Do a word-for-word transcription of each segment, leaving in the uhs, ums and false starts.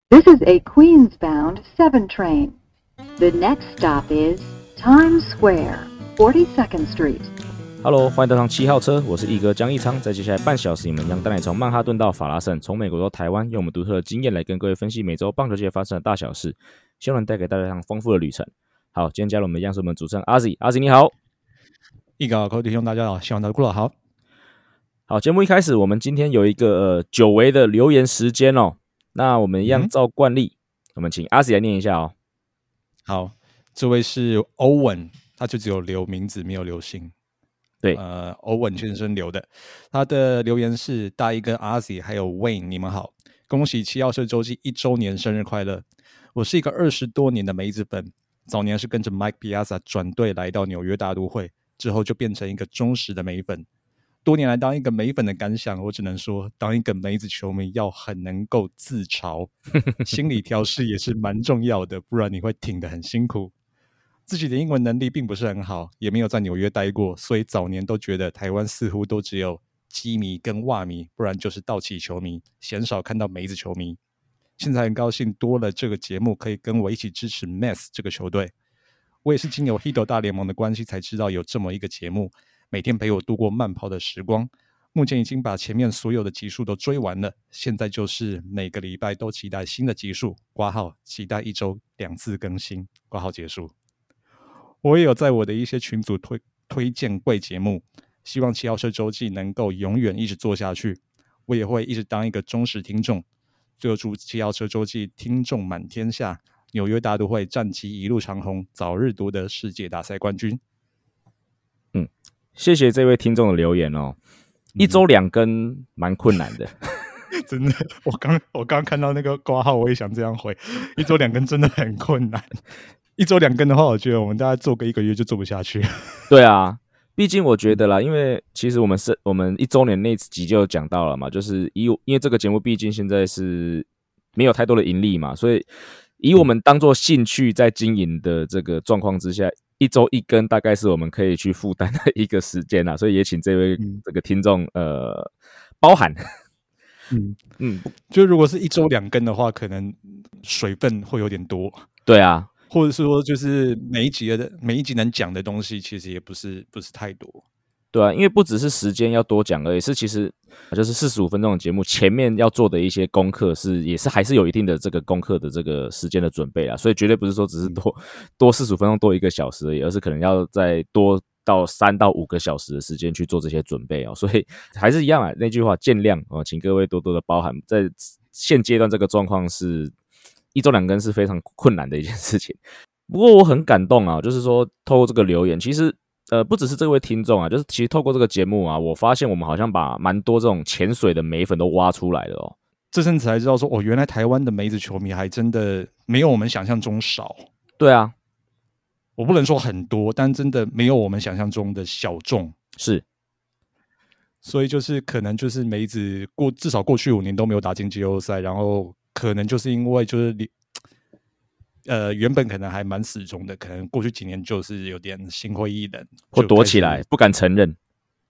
This is a Queens-bound seven train. The next stop is Times Square, forty-second Street.Hello， 欢迎搭上七号车，我是奕哥江一昌。在接下来半小时，你们将带你从曼哈顿到法拉盛，从美国到台湾，用我们独特的经验来跟各位分析每周棒球界发生的大小事，希望能带给大家一趟丰富的旅程。好，今天加入我们一样是我们主持人阿 Z， 阿 Z 你好。 奕哥好，各位弟兄大家好，希望大家过得好。 好，节目一开始，我们今天有一个、呃、久违的留言时间哦。那我们一样照惯例，嗯、我们请阿 Z 来念一下哦。 好，这位是欧文，他就只有留名字没有留姓。 对， 呃，欧文先生留的，他的留言是：大一跟阿 Z 还有 Wayne， 你们好，恭喜七号社周记一周年生日快乐！我是一个二十多年的梅子粉，早年是跟着 Mike Piazza 转队来到纽约大都会，之后就变成一个忠实的梅粉。多年来当一个梅粉的感想，我只能说，当一个梅子球迷要很能够自嘲，心理调试也是蛮重要的，不然你会挺得很辛苦。自己的英文能力并不是很好，也没有在纽约待过，所以早年都觉得台湾似乎都只有基迷跟袜迷，不然就是道奇球迷，鲜少看到梅子球迷。现在很高兴多了这个节目，可以跟我一起支持 Mets 这个球队。我也是经由 Hito 大联盟的关系才知道有这么一个节目，每天陪我度过慢跑的时光。目前已经把前面所有的集数都追完了，现在就是每个礼拜都期待新的集数，括号期待一周两次更新，括号结束。我也有在我的一些群组 推, 推荐贵节目，希望七号社周记能够永远一直做下去。我也会一直当一个忠实听众。最后祝七号车周记听众满天下，纽约大都会战绩一路长虹，早日夺得世界大赛冠军。 嗯，谢谢这位听众的留言哦。一周两更蛮困难的， 真的，我刚我刚看到那个挂号，我也想这样回，一周两更真的很困难。一周两更的话，我觉得我们大概做个一个月就做不下去。 对啊，毕竟我觉得啦，因为其实我们是我们一周年那集就讲到了嘛，就是以因为这个节目毕竟现在是没有太多的盈利嘛，所以以我们当做兴趣在经营的这个状况之下，一周一更大概是我们可以去负担的一个时间啦，所以也请这位这个听众呃包涵。 嗯嗯，就如果是一周两更的话，可能水分会有点多。 对啊。 或者说，就是每一集的每一集能讲的东西，其实也不是不是太多。 对啊，因为不只是时间要多讲而已，是其实就是四十五分钟的节目，前面要做的一些功课是也是还是有一定的这个功课的这个时间的准备啦，所以绝对不是说只是多、嗯、多四十五分钟多一个小时而已，而是可能要再多到三到五个小时的时间去做这些准备哦。所以还是一样啊，那句话见谅哦，请各位多多的包涵，在现阶段这个状况是。一周两更是非常困难的一件事情，不过我很感动啊，就是说透过这个留言，其实呃不只是这位听众啊，就是其实透过这个节目啊，我发现我们好像把蛮多这种潜水的梅粉都挖出来了哦。 这阵子才知道说，哦，原来台湾的梅子球迷还真的没有我们想象中少。 对啊， 我不能说很多，但真的没有我们想象中的小众。 是， 所以就是可能就是梅子过至少过去五年都没有打进季后赛，然后。可能就是因为就是呃原本可能还蛮死忠的，可能过去几年就是有点心灰意冷， 或躲起来不敢承认。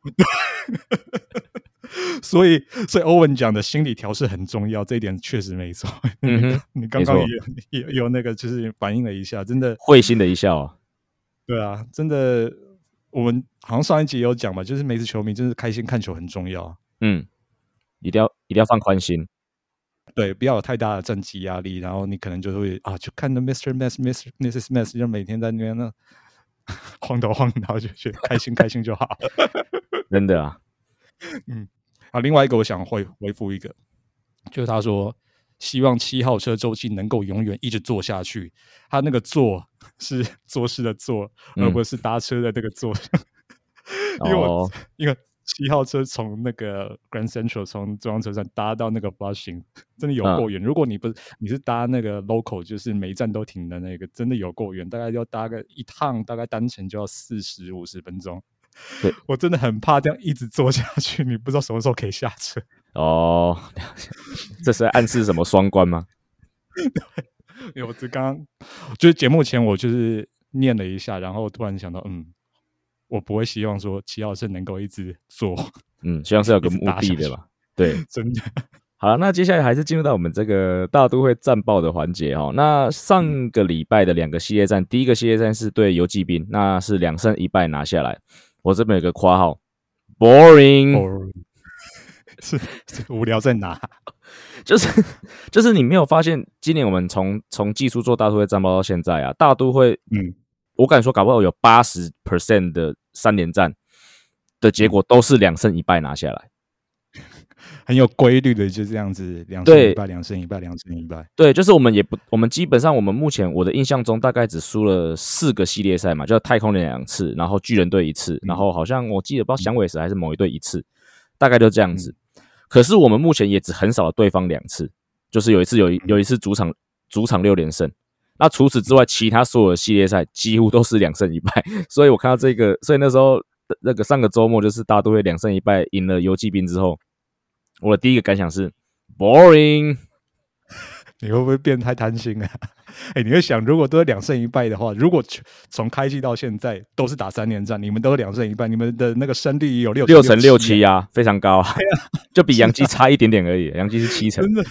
所以所以欧文讲的心理调试很重要，这一点确实没错。嗯、你刚刚也也有那个就是反应了一下，真的会心的一笑啊。 对啊，真的我们好像上一集也有讲嘛，就是梅子球迷真是开心看球很重要。 嗯，一定要一定要放宽心。 对，不要有太大的战绩压力，然后你可能就会啊，就看到 Mister Mess、Missus Mess， 就每天在那边那晃头晃脑，就觉得开心开心就好。 真的啊， 嗯，啊，另外一个我想回回复一个，就是他说希望七号车周记能够永远一直做下去。他那个做是做事的做，嗯、而不是搭车的那个做。因为我、哦、因为。七号车从那个 Grand Central 从中央车站搭到那个 Flushing 真的有够远、嗯、如果你不是你是搭那个 local 就是每一站都停的那个真的有够远，大概要搭个一趟大概单程就要四十五十分钟。我真的很怕这样一直坐下去，你不知道什么时候可以下车。 哦，这是在暗示什么双关吗？ 对，我只刚刚就是节目前我就是念了一下，然后突然想到嗯我不会希望说七号车能够一直做， 嗯，希望是有个目的的吧？对， 真的好了，那接下来还是进入到我们这个大都会战报的环节哦。那上个礼拜的两个系列战，第一个系列战是对游骑兵，那是两胜一败拿下来。我这边有个括号 ，boring，, boring 是, 是无聊在哪？ 就是就是你没有发现，今年我们从从技术做大都会战报到现在啊，大都会，嗯，我敢说搞不好有 百分之八十 的三连战的结果都是两胜一败拿下来。 很有规律的，就这样子，两胜一败，两胜一败，两胜一败。 对，就是我们也不，我们基本上我们目前我的印象中大概只输了四个系列赛嘛，就是太空人两次，然后巨人队一次，嗯、然后好像我记得不知道响尾蛇还是某一队一次，大概就这样子。嗯、可是我们目前也只横扫了对方两次，就是有一次有一有一次主场主场六连胜。那除此之外，其他所有的系列赛几乎都是两胜一败，所以我看到这个，所以那时候那个上个周末就是大都会两胜一败赢了游骑兵之后。我的第一个感想是 boring， 你会不会变太贪心啊？欸、你会想，如果都是两胜一败的话，如果从开季到现在都是打三连战，你们都是两胜一败，你们的那个胜率也有六六成六七啊，非常高啊，就比洋基差一点点而已，洋基是七成， 真的。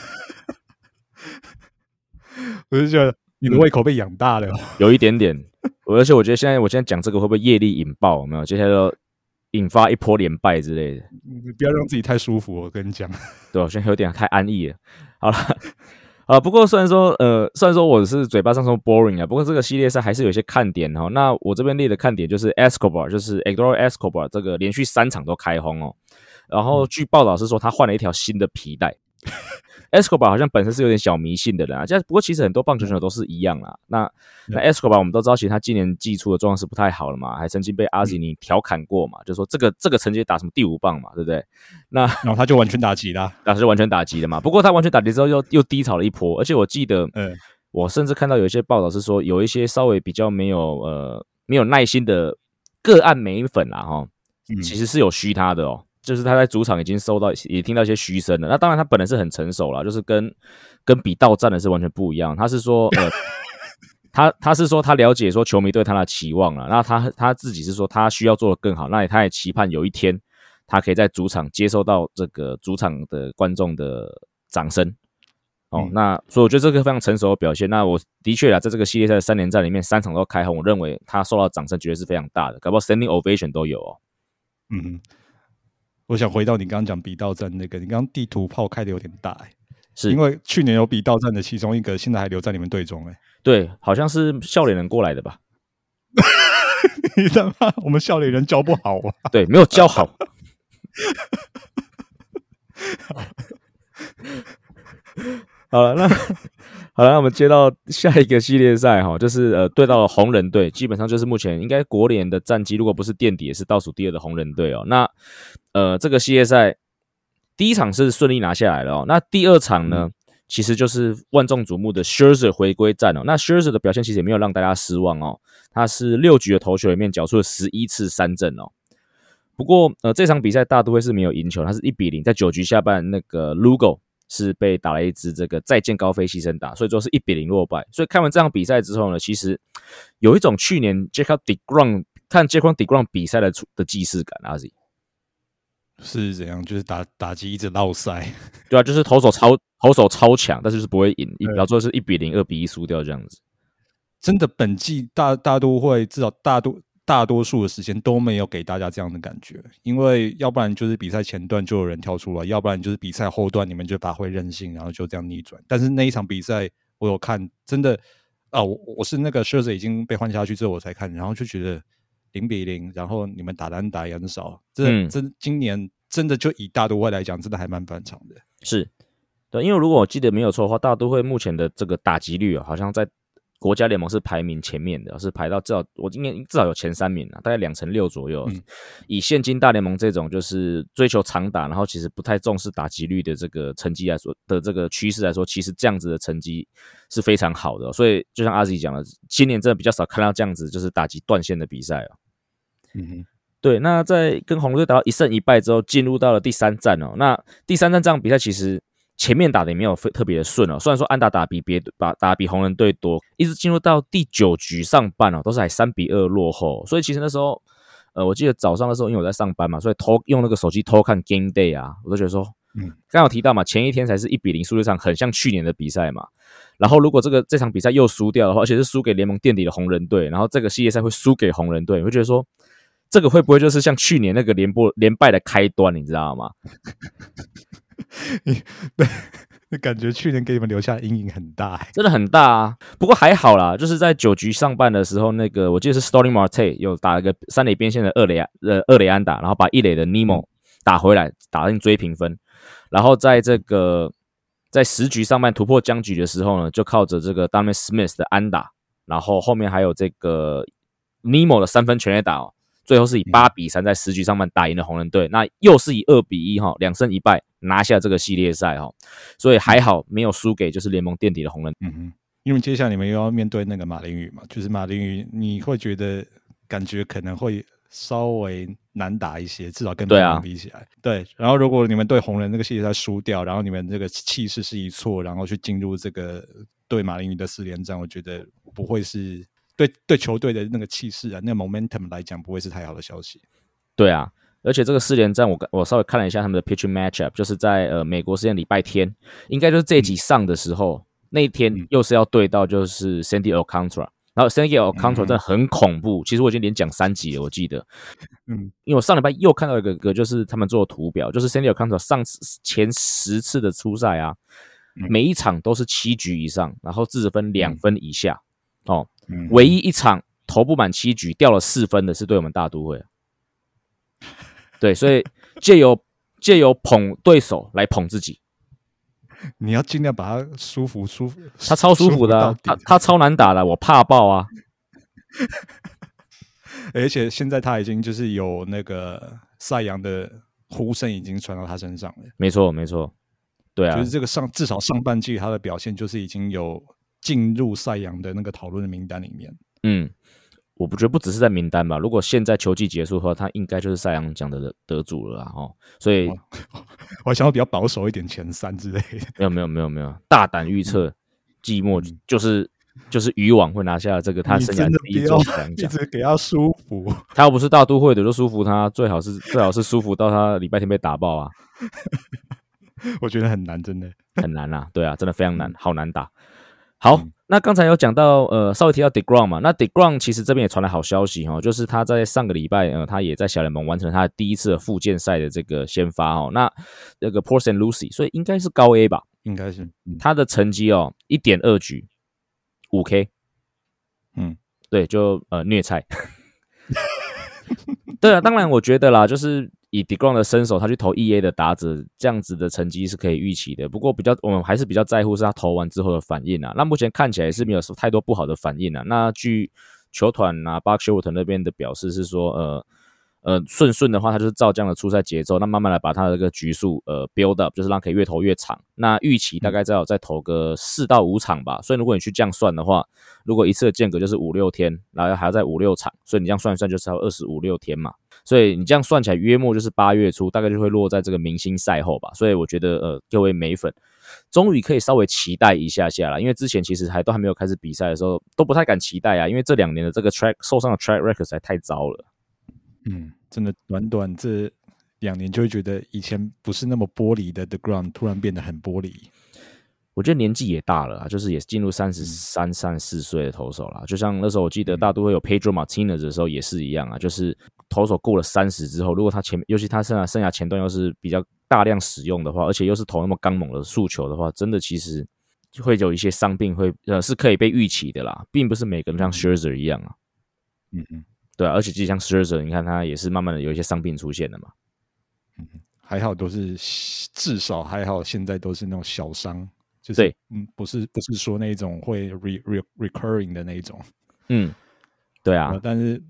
我就觉得你的胃口被养大了，嗯、 有一点点。而且我觉得现在我现在讲这个会不会业力引爆？有没有？接下来就引发一波连败之类的， 你不要让自己太舒服。我跟你讲， 对，我现在有点太安逸了。好了，啊，不过虽然说，呃，虽然说我是嘴巴上说 boring 啊，不过这个系列赛还是有一些看点哈。那我这边列的看点就是 Escobar， 就是 Eduardo Escobar 这个连续三场都开轰哦。然后据报道是说他换了一条新的皮带。Escobar 好像本身是有点小迷信的人啊，不过其实很多棒球选手都是一样啦。那那 Escobar 我们都知道，其实他今年季初的状况是不太好了嘛，还曾经被阿吉尼调侃过嘛，就说这个这个成绩打什么第五棒嘛，对不对？那然后他就完全打击啦， 那就完全打击了嘛。不过他完全打击之后又又低潮了一波，而且我记得，嗯，我甚至看到有一些报道是说，有一些稍微比较没有呃没有耐心的个案美粉啦哈，其实是有虚他的哦。就是他在主场已经收到，也听到一些嘘声了。那当然，他本人是很成熟啦，就是跟跟比到战的是完全不一样。他是说，呃，他他是说他了解说球迷对他的期望了。那他他自己是说他需要做得更好。那他也期盼有一天他可以在主场接受到这个主场的观众的掌声。哦，嗯、那所以我觉得这个非常成熟的表现。那我的确啦，在这个系列赛的三连战里面，三场都开轰，我认为他受到掌声绝对是非常大的，搞不好 standing ovation 都有哦。 嗯。我想回到你刚刚讲比道战那个，你刚刚地图炮开的有点大、欸，是因为去年有比道战的其中一个，现在还留在你们队中、欸，哎， 对，好像是笑脸人过来的吧？ 你他妈，我们笑脸人教不好啊？ 对，没有教好。好了，那好了，那我们接到下一个系列赛哈，就是呃对到了红人队，基本上就是目前应该国联的战绩，如果不是垫底，也是倒数第二的红人队哦。那呃这个系列赛第一场是顺利拿下来了哦，那第二场呢，嗯、其实就是万众瞩目的 Scherzer 回归战哦。那 Scherzer 的表现其实也没有让大家失望哦，他是六局的投球里面缴出了十一次三振哦。不过呃这场比赛大都会是没有赢球，他是一比零，在九局下半那个 Lugo。是被打了一支这个再见高飞牺牲打，所以说是一比零落败。所以看完这场比赛之后呢，其实有一种去年 Jacob deGrom 看 Jacob deGrom 比赛的的既视感。阿 Z 是怎样？就是打打击一直落赛， 对啊，就是投手超投手超强，但是就是不会赢，比方说是一比零、二比一输掉这样子。 真的，本季大大都会至少大多。大多数的时间都没有给大家这样的感觉，因为要不然就是比赛前段就有人跳出来，要不然就是比赛后段你们就发挥任性，然后就这样逆转。但是那一场比赛我有看，真的啊，我我是那个 Scherzer 已经被换下去之后我才看，然后就觉得零比零，然后你们打单打也很少，这、嗯、真今年真的就以大都会来讲，真的还蛮反常的。 是，对，因为如果我记得没有错的话，大都会目前的这个打击率、哦、好像在。国家联盟是排名前面的，是排到至少我今年至少有前三名啊，大概两成六左右。嗯、以现今大联盟这种就是追求长打，然后其实不太重视打击率的这个成绩来说的这个趋势来说，其实这样子的成绩是非常好的、哦。所以就像阿 Z 讲的，今年真的比较少看到这样子就是打击断线的比赛哦。嗯哼，对。那在跟红队打到一胜一败之后，进入到了第三战哦。那第三战这场比赛其实。前面打的也没有特别的顺哦，虽然说安打打比别打打比红人队多，一直进入到第九局上半哦，都是还三比二落后，所以其实那时候，呃，我记得早上的时候，因为我在上班嘛，所以偷用那个手机偷看 Game Day 啊，我都觉得说， 嗯，刚有提到嘛，前一天才是一比零输了一场很像去年的比赛嘛。然后如果这个这场比赛又输掉的话，而且是输给联盟垫底的红人队，然后这个系列赛会输给红人队，你会觉得说，这个会不会就是像去年那个联播联败的开端，你知道吗？ 对，感觉去年给你们留下的阴影很大、欸， 真的很大啊。不过还好啦，就是在九局上半的时候，那个我记得是 Starling Marte 有打了个三垒边线的二垒呃二垒安打，然后把一垒的 Nemo 打回来，打进追平分。然后在这个在十局上半突破僵局的时候呢，就靠着这个 Donovan Smith 的安打，然后后面还有这个 Nemo 的三分全垒打哦。最后是以八比三在十局上半打赢了红人队，那又是以二比一哈两胜一败拿下这个系列赛哈，所以还好没有输给就是联盟垫底的红人。 嗯哼，因为接下来你们又要面对那个马林鱼嘛，就是马林鱼，你会觉得感觉可能会稍微难打一些，至少跟红人比起来。对, 啊、对，然后如果你们对红人那个系列赛输掉，然后你们这个气势是一错，然后去进入这个对马林鱼的四连战，我觉得不会是。对对，球队的那个气势啊，那个 momentum 来讲，不会是太好的消息。 对啊，而且这个四连战我，我我稍微看了一下他们的 pitching matchup， 就是在呃美国时间礼拜天，应该就是这一集上的时候，嗯、那一天又是要对到就是 Sandy Alcantara，、嗯、然后 Sandy Alcantara 真的很恐怖。嗯、其实我已经连讲三集了，我记得，嗯，因为我上礼拜又看到一个个就是他们做的图表，就是 Sandy Alcantara 上次前十次的出赛啊，嗯、每一场都是七局以上，然后自责分两分以下，嗯、哦。唯一一场投不满七局掉了四分的是对我们大都会，对，所以借由借由捧对手来捧自己， 你要尽量把他舒服舒服， 他超舒服的、啊，他他超难打的，我怕爆啊！ 而且现在他已经就是有那个赛扬的呼声已经传到他身上了， 没错没错，对啊， 就是这个上至少上半季他的表现就是已经有。进入赛扬的那个讨论的名单里面， 嗯，我不觉得不只是在名单吧。如果现在球季结束的话，他应该就是赛扬奖的得主了啊！哦，所以我, 我想要比较保守一点，前三之类的。 没有没有没有没有，大胆预测，季末就是、嗯、就是渔网会拿下这个他生涯第一座赛扬奖， 一直给他舒服。 他又不是大都会的，就舒服他，最好是最好是舒服到他礼拜天被打爆啊！ 我觉得很难，真的很难啊，对啊，真的非常难，好难打。好，嗯、那刚才有讲到，呃，稍微提到 DeGrom 嘛，那 DeGrom 其实这边也传来好消息哈、哦，就是他在上个礼拜，呃，他也在小联盟完成他第一次的复健赛的这个先发哦，那那个 Port Saint Lucie， 所以应该是高 A 吧， 应该是， 嗯、他的成绩哦，一点二局，五 K， 嗯，对，就呃虐菜，对啊，当然我觉得啦，就是以 DeGrom 的身手，他去投 E A 的打者，这样子的成绩是可以预期的。不过比较，我们还是比较在乎是他投完之后的反应啊。那目前看起来是没有太多不好的反应啊。那据球团啊 Buck Showalter 那边的表示是说，呃呃顺顺的话，他就是照这样的出赛节奏，那慢慢来把他的这个局数呃 build up， 就是让可以越投越长。那预期大概再有再投个四到五场吧。所以如果你去这样算的话，如果一次的间隔就是五六天，然后还要再五六场，所以你这样算一算就是要二十五六天嘛。所以你这样算起来，约莫就是八月初，大概就会落在这个明星赛后吧。所以我觉得，呃，各位美粉终于可以稍微期待一下下啦，因为之前其实还都还没有开始比赛的时候，都不太敢期待啊，因为这两年的这个 track 受伤的 track record 实在太糟了。 嗯，真的短短这两年就会觉得以前不是那么玻璃的 DeGrom 突然变得很玻璃。 我觉得年纪也大了啊，就是也进入三十三、三十四岁的投手啦。就像那时候我记得大都会有 Pedro Martinez 的时候也是一样啊，就是投手过了三十之后，如果他前尤其他生涯生涯前段又是比较大量使用的话，而且又是投那么刚猛的速球的话，真的其实会有一些伤病会呃是可以被预期的啦，并不是每个人像 Scherzer 一样啊。嗯嗯，对啊，而且就像 Scherzer， 你看他也是慢慢的有一些伤病出现了嘛。 嗯，还好都是至少还好，现在都是那种小伤。就是、 对， 嗯，不是不是说那种会 re, re, recurring 的那一种， 嗯，对啊， 呃、但是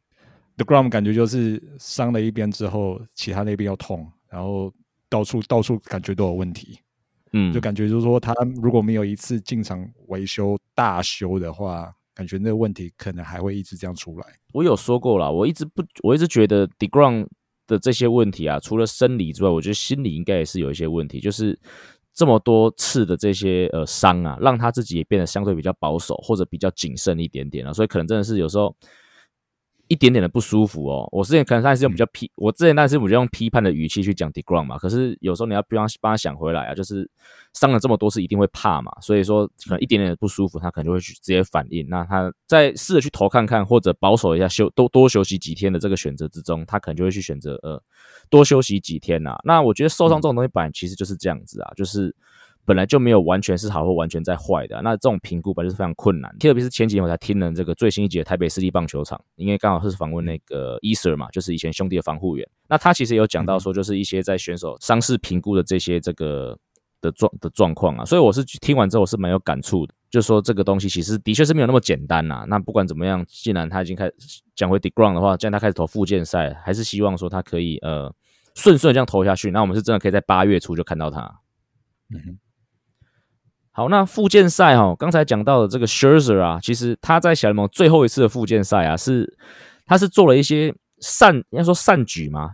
DeGrom 感觉就是伤了一边之后，其他那边又痛，然后到处到处感觉都有问题，嗯，就感觉就是说他如果没有一次进场维修大修的话，感觉那个问题可能还会一直这样出来。 我有说过啦，我一直不，我一直觉得 DeGrom 的这些问题啊，除了生理之外，我觉得心理应该也是有一些问题，就是。这么多次的这些呃伤啊，让他自己也变得相对比较保守或者比较谨慎一点点啊，所以可能真的是有时候一点点的不舒服哦。我之前可能还是用比较批，嗯、我之前但是我就用批判的语气去讲 DeGrom 嘛，可是有时候你要帮帮他想回来啊，就是伤了这么多次一定会怕嘛，所以说可能一点点的不舒服，他可能就会去直接反应。那他再试着去投看看，或者保守一下休多多休息几天的这个选择之中，他可能就会去选择呃多休息几天啊。那我觉得受伤这种东西本来其实就是这样子啊，就是本来就没有完全是好或完全在坏的、啊，那这种评估本来就是非常困难。特别是前几天我才听了这个最新一集的台北市立棒球场，因为刚好是访问那个 Easer 嘛，就是以前兄弟的防护员。那他其实有讲到说，就是一些在选手伤势评估的这些这个的状的状况啊，所以我是听完之后我是蛮有感触的，就是说这个东西其实的确是没有那么简单呐、啊。那不管怎么样，既然他已经开始讲回 DeGrom 的话，既然他开始投复健赛，还是希望说他可以呃顺顺这样投下去。那我们是真的可以在八月初就看到他。嗯。好，那复健赛哈，刚才讲到的这个 Scherzer 啊，其实他在小联盟最后一次的复健赛啊，是他是做了一些善，应该说善举吗？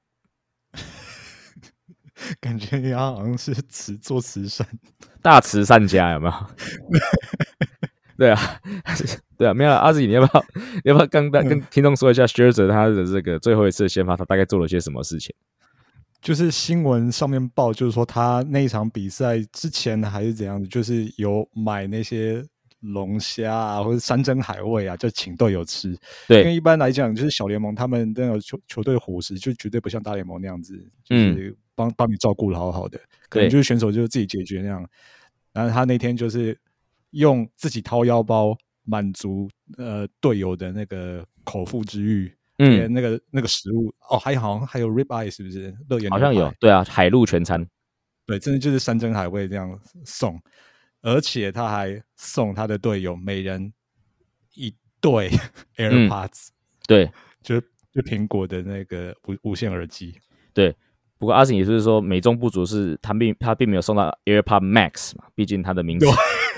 感觉他好像是慈做慈善， 大慈善家有没有？对啊，对啊，没有啦。阿志，你要不要你要不要跟跟听众说一下 Scherzer 他的这个最后一次的先发，他大概做了些什么事情？ 就是新闻上面报，就是说他那一场比赛之前还是怎样的，就是有买那些龙虾啊，或者山珍海味啊，就请队友吃。 对， 因为一般来讲，就是小联盟他们那种球球队伙食就绝对不像大联盟那样子，就是帮帮、嗯、你照顾的好好的，可能就是选手就是自己解决那样。然后他那天就是用自己掏腰包满足呃队友的那个口腹之欲。嗯，那个那个食物哦，还好像还有 rib eye 是不是？乐园好像有，对啊，海陆全餐， 对，真的就是山珍海味这样送，而且他还送他的队友每人一对 AirPods，、嗯、 对， 就就苹果的那个无无线耳机， 对。不过阿信也就是说，美中不足是他并他并没有送到 AirPod Max 嘛，毕竟他的名字。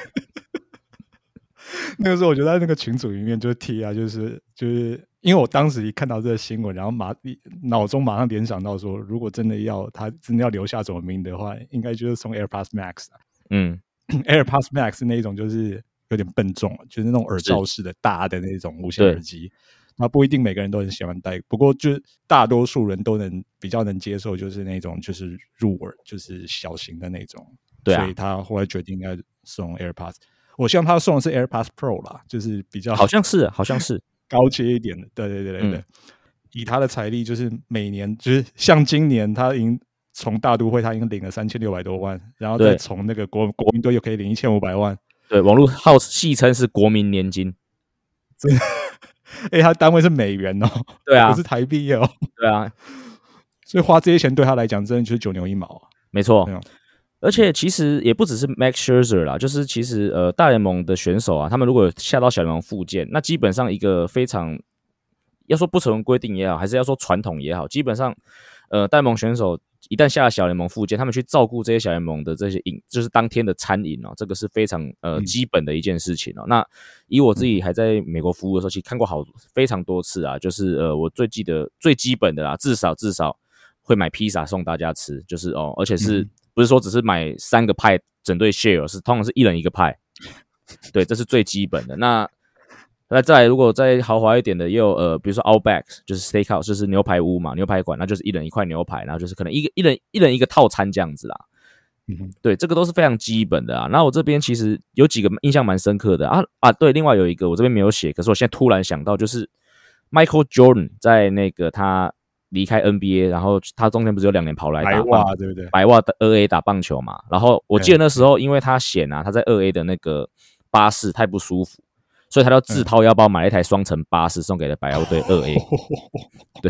那个时候我觉得在那个群组里面就贴啊，就是就是。因为我当时一看到这个新闻，然后马脑中马上联想到说，如果真的要他真的要留下什么名的话，应该就是送 AirPods Max、啊。嗯，AirPods Max 那一种就是有点笨重，就是那种耳罩式的大的那种无线耳机。那不一定每个人都很喜欢戴，不过就是大多数人都能比较能接受，就是那种就是入耳，就是小型的那种。对、啊，所以他后来决定要送 AirPods。我希望他送的是 AirPods Pro 啦，就是比较好像是，好像是。 高阶一点的，对对对对对、嗯，以他的财力，就是每年就是像今年他已经从大都会他已经领了三千六百多万，然后再从那个国国民队又可以领一千五百万， 对，网络号戏称是国民年金， 真的，哎，他单位是美元哦， 对啊， 不是台币哦， 对啊， 所以花这些钱对他来讲，真的就是九牛一毛啊， 没错。而且其实也不只是 Max Scherzer 啦，就是其实呃大联盟的选手啊，他们如果下到小联盟复健，那基本上一个非常要说不成文规定也好，还是要说传统也好，基本上呃大联盟选手一旦下了小联盟复健，他们去照顾这些小联盟的这些饮，就是当天的餐饮哦，这个是非常呃基本的一件事情哦。嗯、那以我自己还在美国服务的时候，其实看过好非常多次啊，就是呃我最记得最基本的啦，至少至少会买披萨送大家吃，就是哦，而且是。嗯不是说只是买三个派整队 share， 是通常是一人一个派，对，这是最基本的。那那再来，如果再豪华一点的，也有呃，比如说 Outback， 就是 Steakhouse， 就是牛排屋嘛，牛排馆，那就是一人一块牛排，然后就是可能一个一人一人一个套餐这样子啦。嗯，对，这个都是非常基本的啊。那我这边其实有几个印象蛮深刻的啊啊，对，另外有一个我这边没有写，可是我现在突然想到，就是 Michael Jordan 在那个他。离开 N B A， 然后他中间不是有两年跑来打白袜，对不对？ 白袜的二 A 打棒球嘛。然后我记得那时候，因为他嫌啊，他在二 A 的那个巴士太不舒服，所以他就自掏腰包买了一台双层巴士送给了白袜队二 A。对，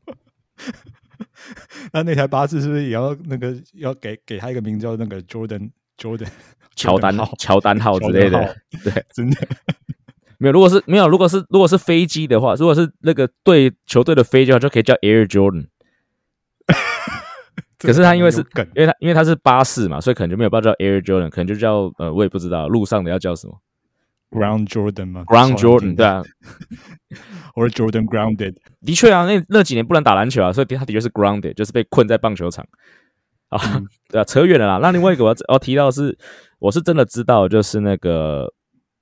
那那台巴士是不是也要那个要给给他一个名叫那个 Jordan Jordan 乔丹乔丹号之类的？对， 真的。 没有，如果是没有，如果是如果是飞机的话，如果是那个队球队的飞机的话，就可以叫 Air Jordan。可是他因为是，因为他因为他是巴士嘛，所以可能就没有办法叫 Air Jordan， 可能就叫呃，我也不知道路上的要叫什么 Ground Jordan 吗 ？Ground Jordan 对啊， 或者 Jordan Grounded。 的确啊，那那几年不能打篮球啊，所以他的确是 Grounded， 就是被困在棒球场。啊，嗯、对啊，扯远了啦。那另外一个我要我要提到的是，我是真的知道，就是那个。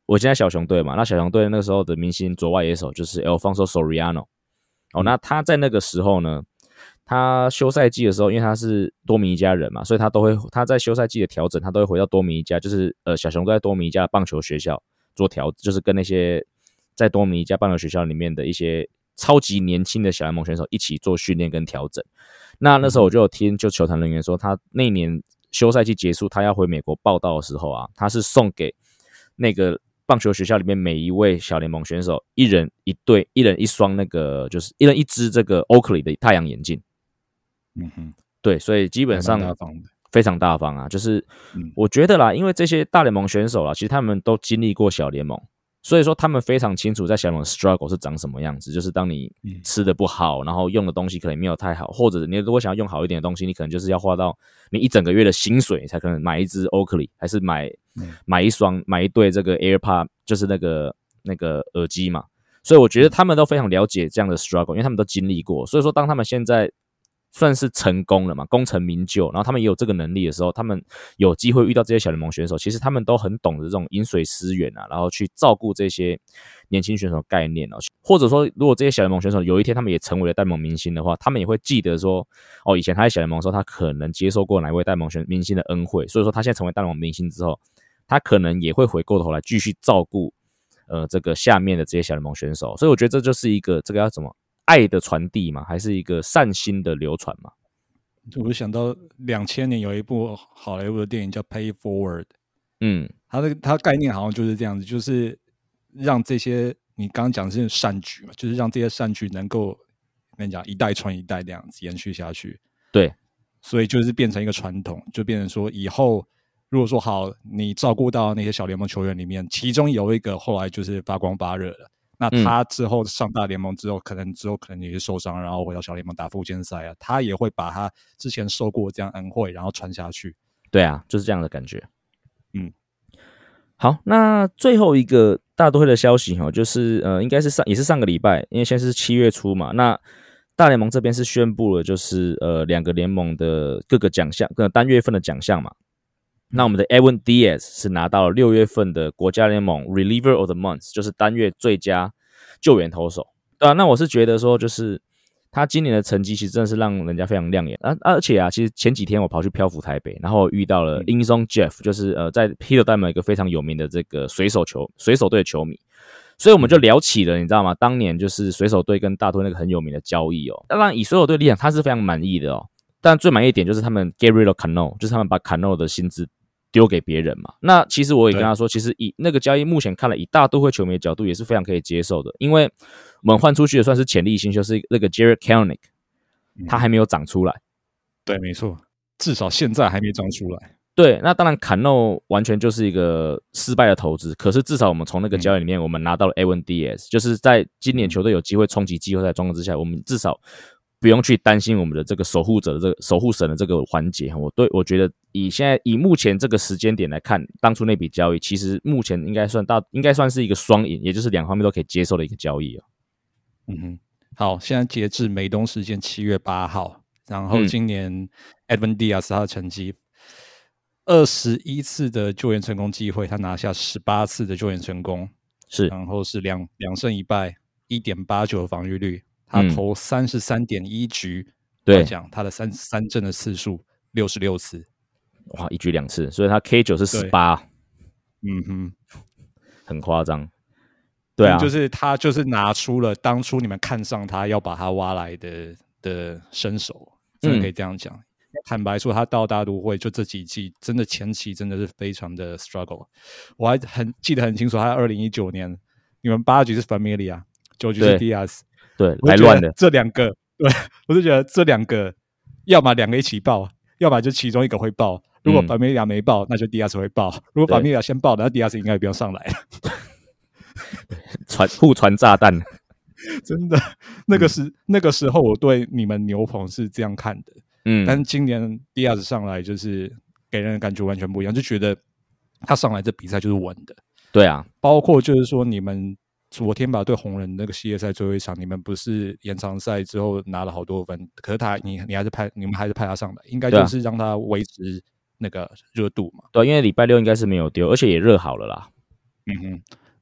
我现在小熊队嘛，那小熊队那个时候的明星左外野手就是 Alfonso Soriano。哦，那他在那个时候呢，他休赛季的时候，因为他是多米尼加人嘛，所以他都会他在休赛季的调整，他都会回到多米尼加，就是呃小熊队在多米尼加的棒球学校做调，就是跟那些在多米尼加棒球学校里面的一些超级年轻的小联盟选手一起做训练跟调整。那那时候我就有听就球团人员说，他那一年休赛季结束，他要回美国报道的时候啊，他是送给那个棒球学校里面每一位小联盟选手一人一对，一人一双那个就是一人一只这个 Oakley 的太阳眼镜。 嗯哼， 对，所以基本上大方的非常大方啊。就是我觉得啦，因为这些大联盟选手啦，其实他们都经历过小联盟，所以说他们非常清楚在小联盟 struggle 是长什么样子。就是当你吃的不好，然后用的东西可能没有太好，或者你如果想要用好一点的东西，你可能就是要花到你一整个月的薪水才可能买一只 Oakley， 还是买买一双买一对这个 AirPod， 就是那个那个耳机嘛。所以我觉得他们都非常了解这样的 struggle， 因为他们都经历过。所以说当他们现在算是成功了嘛，功成名就，然后他们也有这个能力的时候，他们有机会遇到这些小联盟选手，其实他们都很懂得这种饮水思源啊，然后去照顾这些年轻选手的概念哦。或者说，如果这些小联盟选手有一天他们也成为了大联盟明星的话，他们也会记得说，哦，以前他在小联盟的时候，他可能接受过哪位大联盟明星的恩惠，所以说他现在成为大联盟明星之后，他可能也会回过头来继续照顾呃这个下面的这些小联盟选手。所以我觉得这就是一个这个要怎么爱的传递嘛，还是一个善心的流传嘛？ 我就想到两千年有一部好莱坞的电影叫《Pay Forward》， 嗯， 它的它概念好像就是这样子，就是让这些你刚刚讲的是善举嘛，就是让这些善举能够跟你讲一代传一代这样子延续下去。 对， 所以就是变成一个传统，就变成说以后如果说好，你照顾到那些小联盟球员里面，其中有一个后来就是发光发热了。那他之后上大联盟之后，嗯、可能之后可能也是受伤，然后回到小联盟打附件赛啊，他也会把他之前受过这样恩惠，然后传下去。 对啊，就是这样的感觉。 嗯， 好，那最后一个大都会的消息哈，就是呃，应该是上也是上个礼拜，因为现在是七月初嘛，那大联盟这边是宣布了，就是呃两个联盟的各个奖项，各单月份的奖项嘛。那我们的 Edwin Diaz 是拿到了六月份的国家联盟 Reliever of the Month， 就是单月最佳救援投手。对啊，那我是觉得说，就是他今年的成绩其实真的是让人家非常亮眼。啊，而且啊，其实前几天我跑去漂浮台北，然后遇到了 Inzong Jeff， 就是呃在 Peter Diamond 一个非常有名的这个水手球水手队的球迷。所以我们就聊起了，你知道吗？当年就是水手队跟大都会那个很有名的交易哦。当然以水手队立场，他是非常满意的哦。但最满意的点就是他们 get rid of Cano， 就是他们把 Cano 的薪资丢给别人嘛。那其实我也跟他说，其实以那个交易目前看了，以大都会球迷的角度也是非常可以接受的，因为我们换出去的算是潜力新秀，是那个 Jarred Kelenic， 他还没有长出来。嗯、 对，没错，至少现在还没长出来。 对，那当然Cano完全就是一个失败的投资，可是至少我们从那个交易里面，我们拿到了 Edwin Diaz， 就是在今年球队有机会冲击季后赛的状况之下，我们至少不用去担心我们的这个守护者的这个守护神的这个环节。我对我觉得以现在以目前这个时间点来看，当初那笔交易其实目前应该算大应该算是一个双赢，也就是两方面都可以接受的一个交易。 嗯哼，好，现在截至美东时间七月八号，然后今年 Edwin Diaz 他的成绩。二十一次的救援成功机会，他拿下十八次的救援成功， 是， 然后是两两胜一败，一点八九的防御率，他投三十三点一局， 对， 讲他的三三振的次数六十六次， 哇，一局两次，所以他 K 九 是十八， 嗯哼， 很夸张，对啊， 就是他就是拿出了当初你们看上他要把他挖来的的身手，真的可以这样讲。嗯，坦白说，他到大都会就这几季，真的前期真的是非常的 struggle。我还很记得很清楚，他二零一九年你们八局是 Familia， 九局是 Diaz， 对，来乱的这两个，对，我就觉得这两个要么两个一起爆，要么就其中一个会爆。如果 Familia 没爆，那就 Diaz 会爆；如果 Familia 先爆，那 Diaz 应该也不用上来了。 传互传炸弹， 真的，那个时、嗯、那个时候我对你们牛棚是这样看的。嗯，但是今年 Diaz 上来就是给人的感觉完全不一样，就觉得他上来这比赛就是稳的。 对啊， 包括就是说你们昨天吧对红人那个系列赛最后一场，你们不是延长赛之后拿了好多分，可是他你你还是派你们还是派他上来，应该就是让他维持那个热度嘛。 对，因为礼拜六应该是没有丢，而且也热好了啦。 嗯哼，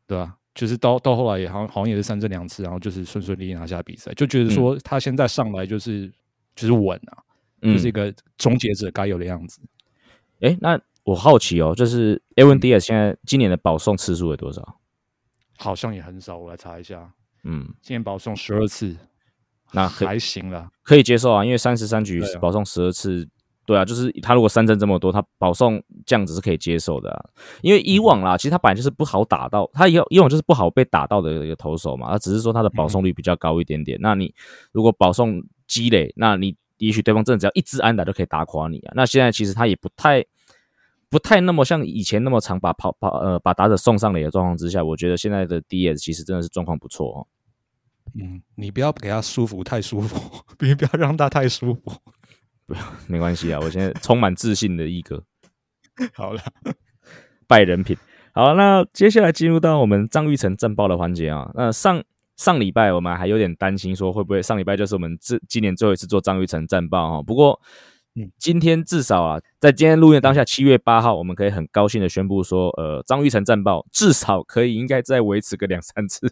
对吧、啊？就是到到后来也好像好像也是三振两次，然后就是顺顺利利拿下比赛，就觉得说他现在上来就是、嗯、就是稳啊、嗯，就是一个终结者该有的样子。 哎，那我好奇哦，就是 Edwin Diaz 现在今年的保送次数有多少？ 好像也很少，我来查一下。 嗯， 今年保送十二次， 那还行啦， 可以接受啊，因为三十三局保送十二次。对啊，就是他如果三振这么多，他保送这样子是可以接受的啊。因为以往啦，其实他本来就是不好打到，他以往就是不好被打到的一个投手嘛。他只是说他的保送率比较高一点点。嗯、那你如果保送积累，那你也许对方真的只要一支安打就可以打垮你啊。那现在其实他也不太不太那么像以前那么常把跑跑呃把打者送上垒的状况之下，我觉得现在的 Diaz 其实真的是状况不错哦。 嗯，你不要给他舒服太舒服，不要让他太舒服。 不要，没关系啊！我现在充满自信的一哥。 好了， 败人品。好，那接下来进入到我们张育成战报的环节啊。那上上礼拜我们还有点担心说会不会上礼拜就是我们这今年最后一次做张育成战报哈。不过，今天至少啊，在今天录音当下，七月八号，我们可以很高兴的宣布说，呃，张育成战报至少可以应该再维持个两三次。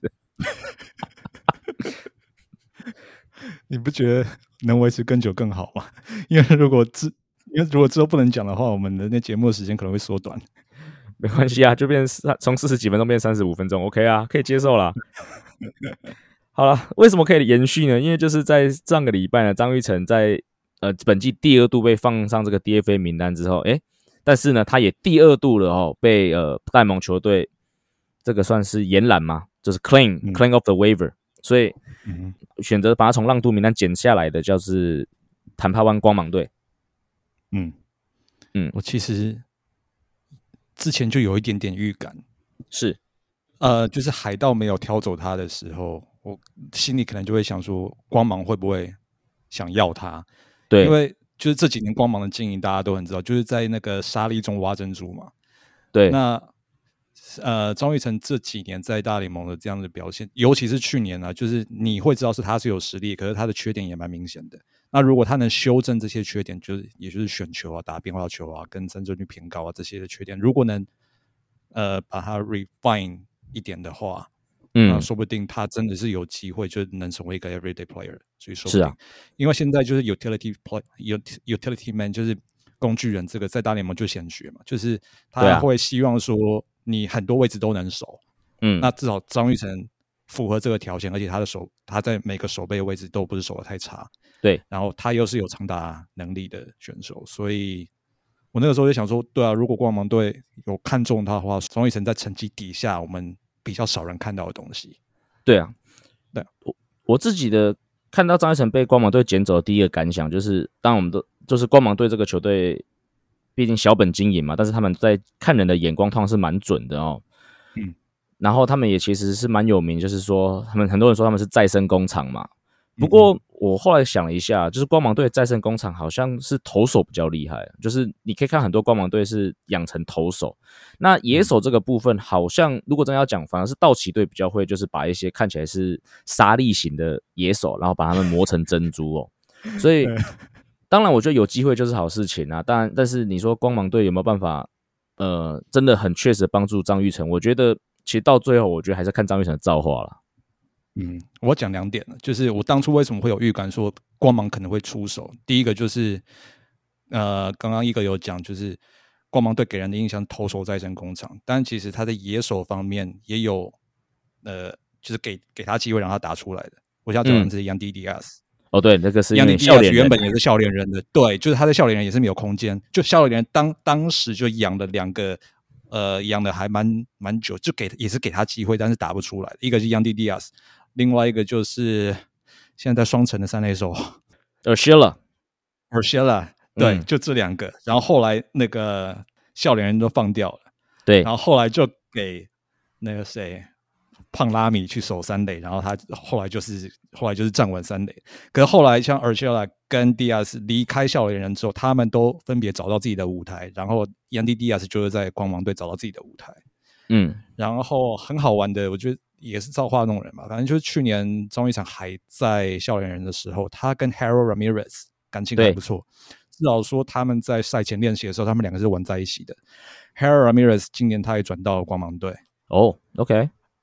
你不觉得能维持更久更好吗？因为如果之因为如果之后不能讲的话，我们的那节目的时间可能会缩短。 没关系啊，就变从四十几分钟变三十五分钟 ，OK 啊，可以接受啦。好了，为什么可以延续呢？因为就是在上个礼拜呢，张育成在呃本季第二度被放上这个 D F A 名单之后，诶，但是呢，他也第二度了哦，被呃戴蒙球队这个算是延揽嘛，就是 claim、嗯、claim of the waiver， 所以。嗯选择把他从浪度名单捡下来的，就是坦帕湾光芒队。 嗯嗯，我其实之前就有一点点预感， 是呃，就是海盗没有挑走他的时候，我心里可能就会想说，光芒会不会想要他？ 对， 因为就是这几年光芒的经营，大家都很知道，就是在那个沙砾中挖珍珠嘛。 对， 那。呃，张育成这几年在大联盟的这样的表现，尤其是去年啊，就是你会知道是他是有实力，可是他的缺点也蛮明显的。那如果他能修正这些缺点，就是也就是选球啊、打变化球啊、跟三振率偏高啊这些的缺点，如果能呃把它 refine 一点的话，嗯，那说不定他真的是有机会，就能成为一个 everyday player。所以说不定是啊， 因为现在就是 utility play utility man 就是工具人，这个在大联盟就显学嘛，就是他会希望说。你很多位置都能守，嗯，那至少张育成符合这个条件，而且他的手他在每个守备的位置都不是守得太差， 对， 然后他又是有长打能力的选手，所以我那个时候就想说，对啊，如果光芒队有看中他的话，张育成在成绩底下我们比较少人看到的东西， 对啊， 对， 我我自己的看到张育成被光芒队捡走的第一个感想就是，当我们都就是光芒队这个球队。毕竟小本经营嘛，但是他们在看人的眼光通常是蛮准的哦。嗯，然后他们也其实是蛮有名，就是说他们很多人说他们是再生工厂嘛。不过我后来想了一下，就是光芒队的再生工厂好像是投手比较厉害，就是你可以看很多光芒队是养成投手。那野手这个部分，好像如果真的要讲，反而是道奇队比较会，就是把一些看起来是沙粒型的野手，然后把他们磨成珍珠哦。所以。当然，我觉得有机会就是好事情啊。当然，但是你说光芒队有没有办法，呃，真的很确实帮助张育成？我觉得其实到最后，我觉得还是看张育成的造化了。 嗯，我讲两点了，就是我当初为什么会有预感说光芒可能会出手。第一个就是，呃，刚刚一个有讲，就是光芒队给人的印象投手再生工厂，但其实他在野手方面也有，呃，就是给给他机会让他打出来的。我想讲的是Yandy Diaz。 哦，对，那个是因为笑脸人原本也是笑脸人的，对，就是他在笑脸人也是没有空间，就笑脸人当当时就养了两个，呃，养的还蛮蛮久，就给也是给他机会，但是打不出来。一个是 Yandy Diaz， 另外一个就是现在在双城的三垒手 Urshela，Urshela， 对、嗯，就这两个。然后后来那个笑脸人都放掉了， 对， 然后后来就给那个谁。胖拉米去守三垒，然后他后来就是后来就是站稳三垒。可是后来像 Urshela 跟 Diaz 离开笑脸人之后，他们都分别找到自己的舞台。然后 Yandy Diaz 就是在光芒队找到自己的舞台。嗯，然后很好玩的，我觉得也是造化弄人嘛。反正就是去年张育成还在笑脸人的时候，他跟 Harold Ramirez 感情还不错。至少说他们在赛前练习的时候，他们两个是玩在一起的。Harold Ramirez 今年他也转到了光芒队。 哦 ，OK。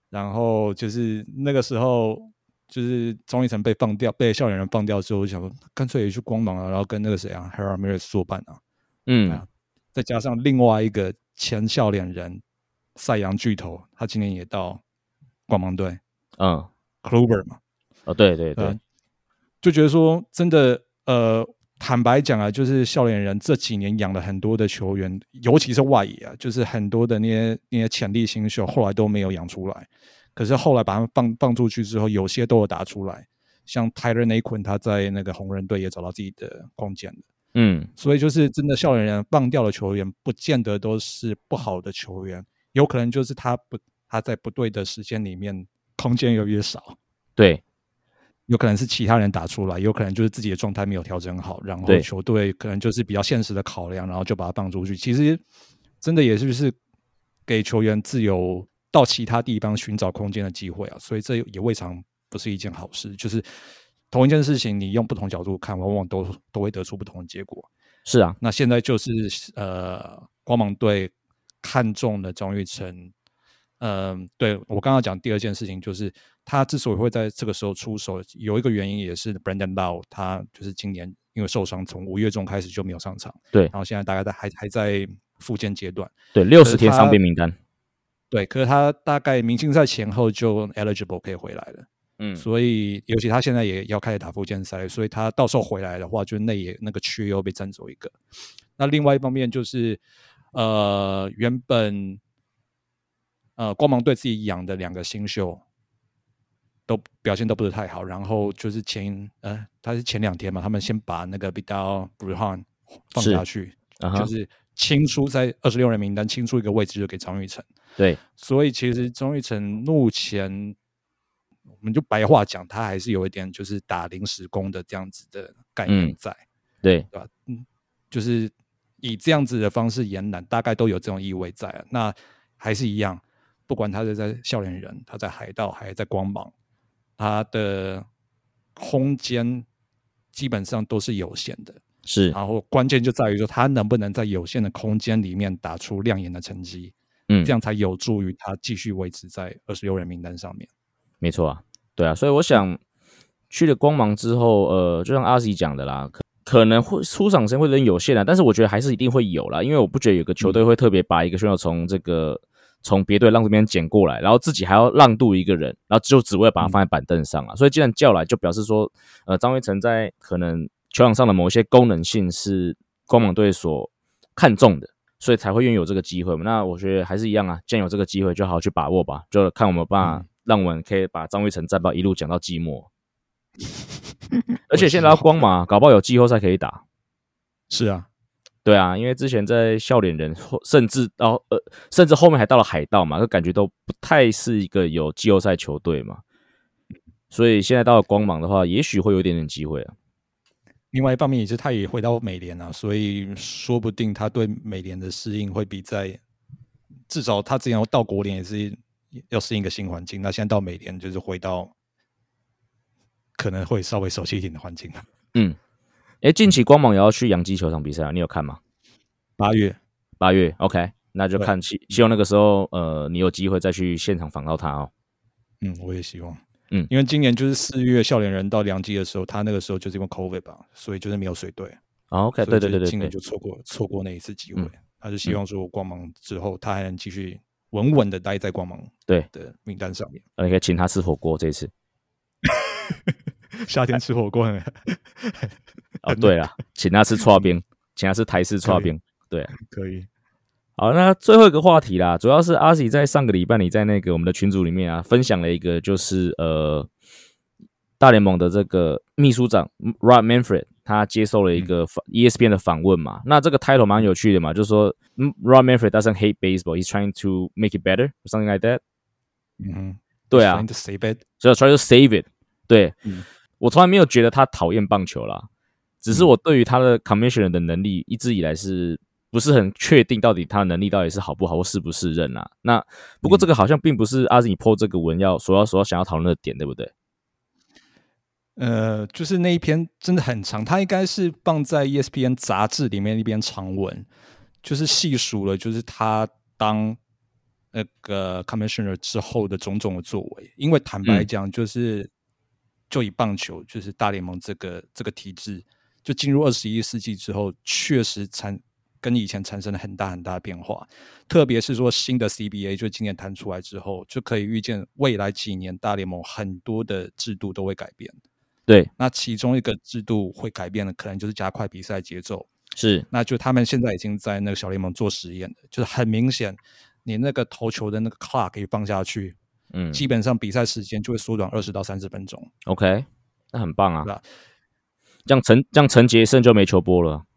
然后就是那个时候，就是张育成被放掉，被笑脸人放掉之后，我想说干脆也去光芒啊，然后跟那个谁啊 ，Harold Ramirez 作伴啊，嗯、啊，再加上另外一个前笑脸人赛扬巨头，他今年也到光芒队， 嗯 ，Kluber 嘛， 哦，对对对， 呃、就觉得说真的，呃。坦白讲啊，就是笑脸人这几年养了很多的球员，尤其是外野啊，就是很多的那些那些潜力新秀，后来都没有养出来。可是后来把他们放放出去之后，有些都有打出来。像 Tyler Naquin 他在那个红人队也找到自己的空间了。嗯，所以就是真的笑脸人放掉的球员，不见得都是不好的球员，有可能就是他不他在不对的时间里面空间越来越少。 对。 有可能是其他人打出来，有可能就是自己的状态没有调整好，然后球队可能就是比较现实的考量，然后就把它放出去。其实真的也是就是给球员自由到其他地方寻找空间的机会啊，所以这也未尝不是一件好事。就是同一件事情，你用不同角度看，往往都都会得出不同的结果。 是啊， 那现在就是呃，光芒队看中了张育成。嗯、呃，对我刚刚讲第二件事情，就是他之所以会在这个时候出手，有一个原因也是 Brandon Lowe， 他就是今年因为受伤，从五月中开始就没有上场， 对， 然后现在大概在还还在复健阶段， 对，六十天伤病名单， 对，可是他大概明星赛前后就 eligible 可以回来了，嗯，所以尤其他现在也要开始打复健赛，所以他到时候回来的话，就内野那个区又被占走一个。那另外一方面就是呃，原本。呃，光芒队自己养的两个新秀都表现都不是太好，然后就是前呃，他是前两天嘛，他们先把那个 Vidal Brujan 放下去，是、uh-huh. 就是清出在二十六人名单清出一个位置就给张育成。 对， 所以其实张育成目前我们就白话讲，他还是有一点就是打临时工的这样子的概念在，嗯、 对， 对吧？嗯，就是以这样子的方式延揽，大概都有这种意味在、啊。那还是一样。不管他是在笑脸人，他在海盗，还是在光芒，他的空间基本上都是有限的。 是， 然后关键就在于说，他能不能在有限的空间里面打出亮眼的成绩，嗯，这样才有助于他继续维持在二十六人名单上面。 没错啊，对啊，所以我想、嗯、去了光芒之后，呃，就像阿 Z 讲的啦，可可能会出场时间会有点有限啊，但是我觉得还是一定会有啦，因为我不觉得有个球队会特别把一个选手从这个。从别队让这边捡过来，然后自己还要让渡一个人，然后就只为了把他放在板凳上啊、嗯。所以既然叫来，就表示说，呃，张育成在可能球场上的某一些功能性是光芒队所看重的，所以才会愿意有这个机会嘛。那我觉得还是一样啊，既然有这个机会，就好好去把握吧，就看我们有办法让我们可以把张育成战报一路讲到季末。而且现在要光芒，搞不好有季后赛可以打。 是啊。 对啊，因为之前在笑脸人，甚至到呃，甚至后面还到了海盗嘛，就感觉都不太是一个有季后赛球队嘛，所以现在到了光芒的话，也许会有一点点机会啊。 另外一方面也是他也回到美联啊，所以说不定他对美联的适应会比在至少他之前到国联也是要适应一个新环境，那现在到美联就是回到可能会稍微熟悉一点的环境了。 嗯。哎，近期光芒也要去洋基球场比赛啊，你有看吗？ 八月， 八月 ，OK， 那就看希希望那个时候，呃，你有机会再去现场访到他哦。 嗯，我也希望，嗯，因为今年就是四月笑脸人到洋基的时候，他那个时候就是因为 COVID 吧，所以就是没有随队。 哦 OK， 对对对对， 今年就错过错过那一次机会，嗯、他就希望说光芒之后他还能继续稳稳的待在光芒对的名单上面。 呃，你可以请他吃火锅这一次。 夏天吃火锅很哦，对了，请他吃剉冰，请他吃台式剉冰，对、啊， 可以。 好，那最后一个话题啦，主要是阿 Z 在上个礼拜你在那个我们的群组里面啊，分享了一个就是呃大联盟的这个秘书长 Rob Manfred， 他接受了一个 E S P N 的访问嘛，那这个 title 蛮有趣的嘛，就是说 Rob Manfred doesn't hate baseball, he's trying to make it better or something like that。 嗯哼， 对啊 ，trying to save it， 所以 try to save it， 对。 嗯， 我从来没有觉得他讨厌棒球啦，只是我对于他的 commissioner 的能力一直以来是不是很确定，到底他的能力到底是好不好或适不适任啊？那不过这个好像并不是阿 Z 你 po 这个文要所要所要想要讨论的点，对不对？ 呃，就是那一篇真的很长，它应该是放在 E S P N 杂志里面一篇长文，就是细数了，就是他当那个 commissioner 之后的种种的作为，因为坦白讲，就是、嗯、就以棒球就是大联盟这个这个体制，就进入二十一世纪之后，确实产跟以前产生了很大很大的变化。特别是说新的 C B A 就今年谈出来之后，就可以预见未来几年大联盟很多的制度都会改变。 对， 那其中一个制度会改变的，可能就是加快比赛节奏。 是， 那就他们现在已经在那个小联盟做实验了，就是很明显，你那个投球的那个 clock 可以放下去，嗯，基本上比赛时间就会缩短二十到三十分钟。 OK， 那很棒啊！对吧？这样陈这样陈杰胜就没球播了，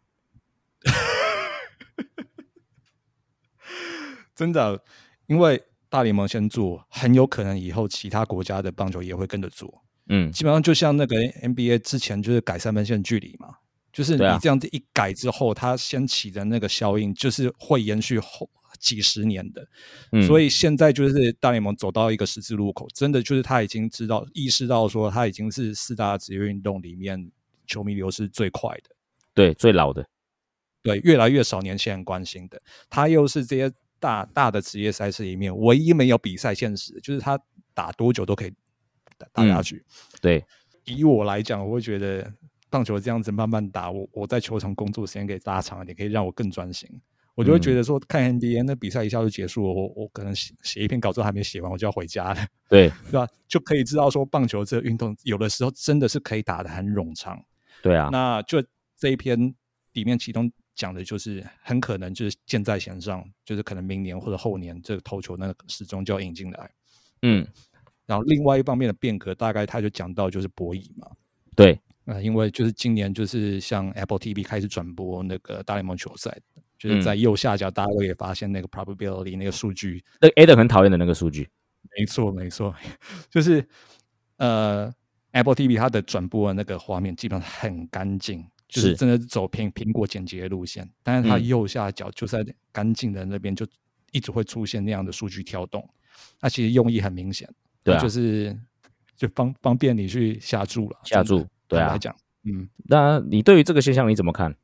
真的，因为大联盟先做，很有可能以后其他国家的棒球也会跟着做。嗯，基本上就像那个 N B A 之前就是改三分线距离嘛。就是你这样子一改之后，它掀起的那个效应就是会延续后几十年的，嗯、所以现在就是大联盟走到一个十字路口，真的就是他已经知道意识到说，他已经是四大职业运动里面球迷流失最快的， 对，最老的， 对，越来越少年轻人关心的，他又是这些大大的职业赛事里面唯一没有比赛限时，就是他打多久都可以打下去。 嗯、对， 以我来讲，我会觉得。棒球这样子慢慢打，我我在球场工作时间可以拉长一点，可以让我更专心。我就会觉得说，看 N B A 那比赛一下就结束了，我我可能写写一篇稿子还没写完，我就要回家了。 对， 对吧？就可以知道说，棒球这个运动有的时候真的是可以打得很冗长。 对啊， 那就这一篇里面其中讲的就是很可能就是箭在弦上，就是可能明年或者后年这个投球那个时钟就要引进来。嗯，然后另外一方面的变革，大概他就讲到就是博弈嘛。 对。 呃，因为就是今年就是像 Apple T V 开始转播那个大联盟球赛，就是在右下角大家都可以发现那个 probability 那个数据， 那 Adam 很讨厌的那个数据。 没错，没错，就是呃 Apple T V 它的转播的那个画面基本上很干净，就是真的是走苹苹果剪辑的路线，但是它右下角就在干净的那边就一直会出现那样的数据跳动，那其实用意很明显， 对啊， 就是就方方便你去下注了， 下注。对啊， 来讲，嗯， 那你对于这个现象你怎么看？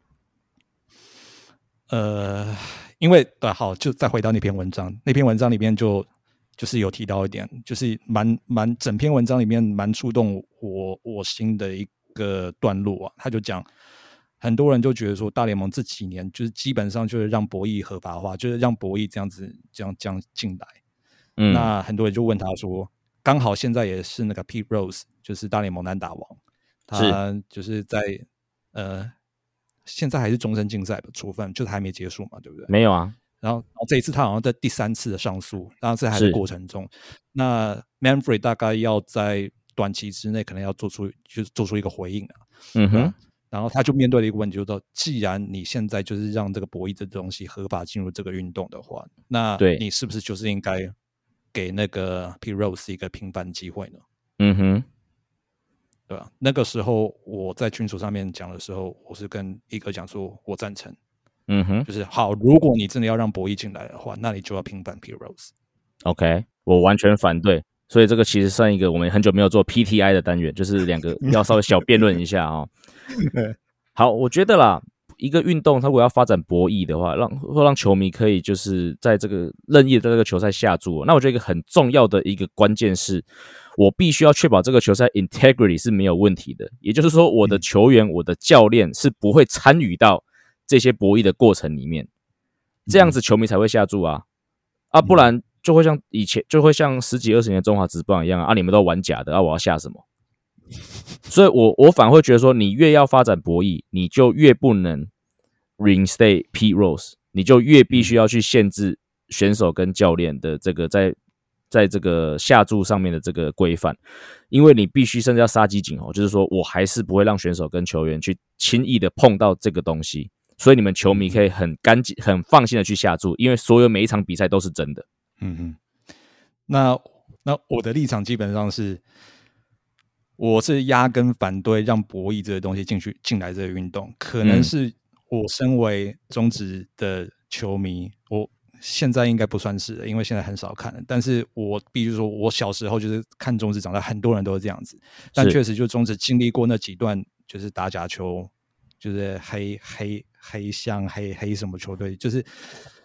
呃，因为对，好，就再回到那篇文章，那篇文章里面就就是有提到一点，就是蛮蛮整篇文章里面蛮触动我我心的一个段落啊。他就讲，很多人就觉得说，大联盟这几年就是基本上就是让博弈合法化，就是让博弈这样子这样这样进来。嗯，那很多人就问他说，刚好现在也是那个 Pete Rose， 就是大联盟单打王。他就是在呃，现在还是终身禁赛的处分，就是还没结束嘛，对不对？ 没有啊。 然后，然后这一次他好像在第三次的上诉，当然这还在过程中。那 Manfred 大概要在短期之内可能要做出，就是做出一个回应啊。嗯哼。然后他就面对了一个问题，就是说，既然你现在就是让这个博弈这东西合法进入这个运动的话，那你是不是就是应该给那个 Pete Rose 一个平反机会呢？嗯哼。对吧？那个时候我在群组上面讲的时候，我是跟一哥讲说，我赞成。嗯哼，就是好，如果你真的要让博弈进来的话，那你就要平反 Pete Rose。OK， 我完全反对。所以这个其实算一个我们很久没有做 P T I 的单元，就是两个要稍微小辩论一下啊、哦。好，我觉得啦，一个运动它如果要发展博弈的话，让或让球迷可以就是在这个任意的在这个球赛下注，那我觉得一个很重要的一个关键是。我必须要确保这个球赛 integrity 是没有问题的，也就是说，我的球员、我的教练是不会参与到这些博弈的过程里面，这样子球迷才会下注啊，啊，不然就会像以前，就会像十几二十年的中华职棒一样啊，啊你们都玩假的啊，我要下什么？所以我我反而会觉得说，你越要发展博弈，你就越不能 reinstate Pete Rose， 你就越必须要去限制选手跟教练的这个在。在这个下注上面的这个规范，因为你必须甚至要杀鸡儆猴，就是说我还是不会让选手跟球员去轻易的碰到这个东西，所以你们球迷可以很干净、很放心的去下注，因为所有每一场比赛都是真的。 嗯嗯，那那我的立场基本上是，我是压根反对让博弈这个东西进去进来这个运动，可能是我身为中职的球迷，我。现在应该不算是，因为现在很少看了。但是我必须说，我小时候就是看中职长大，很多人都是这样子。但确实，就中职经历过那几段，就是打假球，就是黑黑黑象黑黑什么球队，就是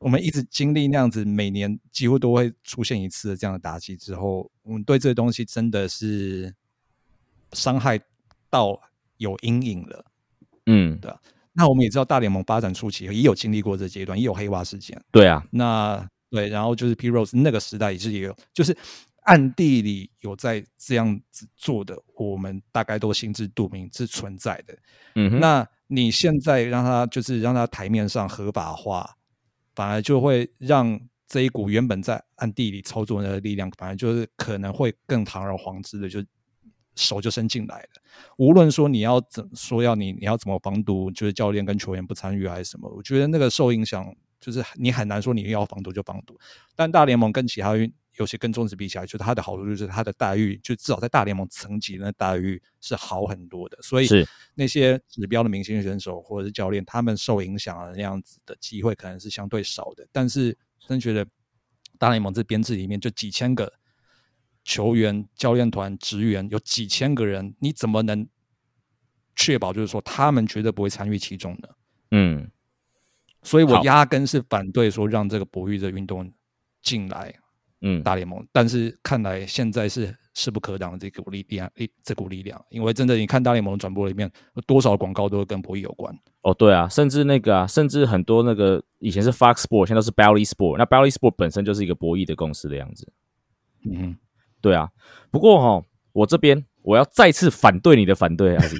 我们一直经历那样子，每年几乎都会出现一次的这样的打击之后，我们对这个东西真的是伤害到有阴影了。 嗯， 对啊。那我们也知道大联盟发展初期也有经历过这阶段，也有黑袜事件。 对啊， 那对，然后就是 P Rose 那个时代也是也有，就是暗地里有在这样子做的，我们大概都心知肚明是存在的。 嗯哼， 那你现在让他就是让他台面上合法化，反而就会让这一股原本在暗地里操作的力量，反而就是可能会更堂而皇之的就手就伸进来了。无论说你要怎说要你你要怎么防堵，就是教练跟球员不参与还是什么，我觉得那个受影响就是你很难说你要防堵就防堵。但大联盟跟其他有些跟中职比起来，就是它的好处就是它的待遇，就至少在大联盟层级的待遇是好很多的。所以那些指标的明星选手或者是教练，他们受影响的那样子的机会可能是相对少的。但是真觉得大联盟这编制里面就几千个球员、教练团、职员，有几千个人，你怎么能确保就是说他们绝对不会参与其中呢？嗯，所以我压根是反对说让这个博弈的运动进来。嗯，大联盟，但是看来现在是势不可挡的这股力量，这股力量，因为真的你看大联盟的转播里面，有多少广告都跟博弈有关。 哦，对啊，甚至那个啊，甚至很多那个以前是 Fox Sport， 现在都是 Bally Sport， 那 Bally Sport 本身就是一个博弈的公司的样子。嗯，对啊。不过哈、哦，我这边我要再次反对你的反对啊。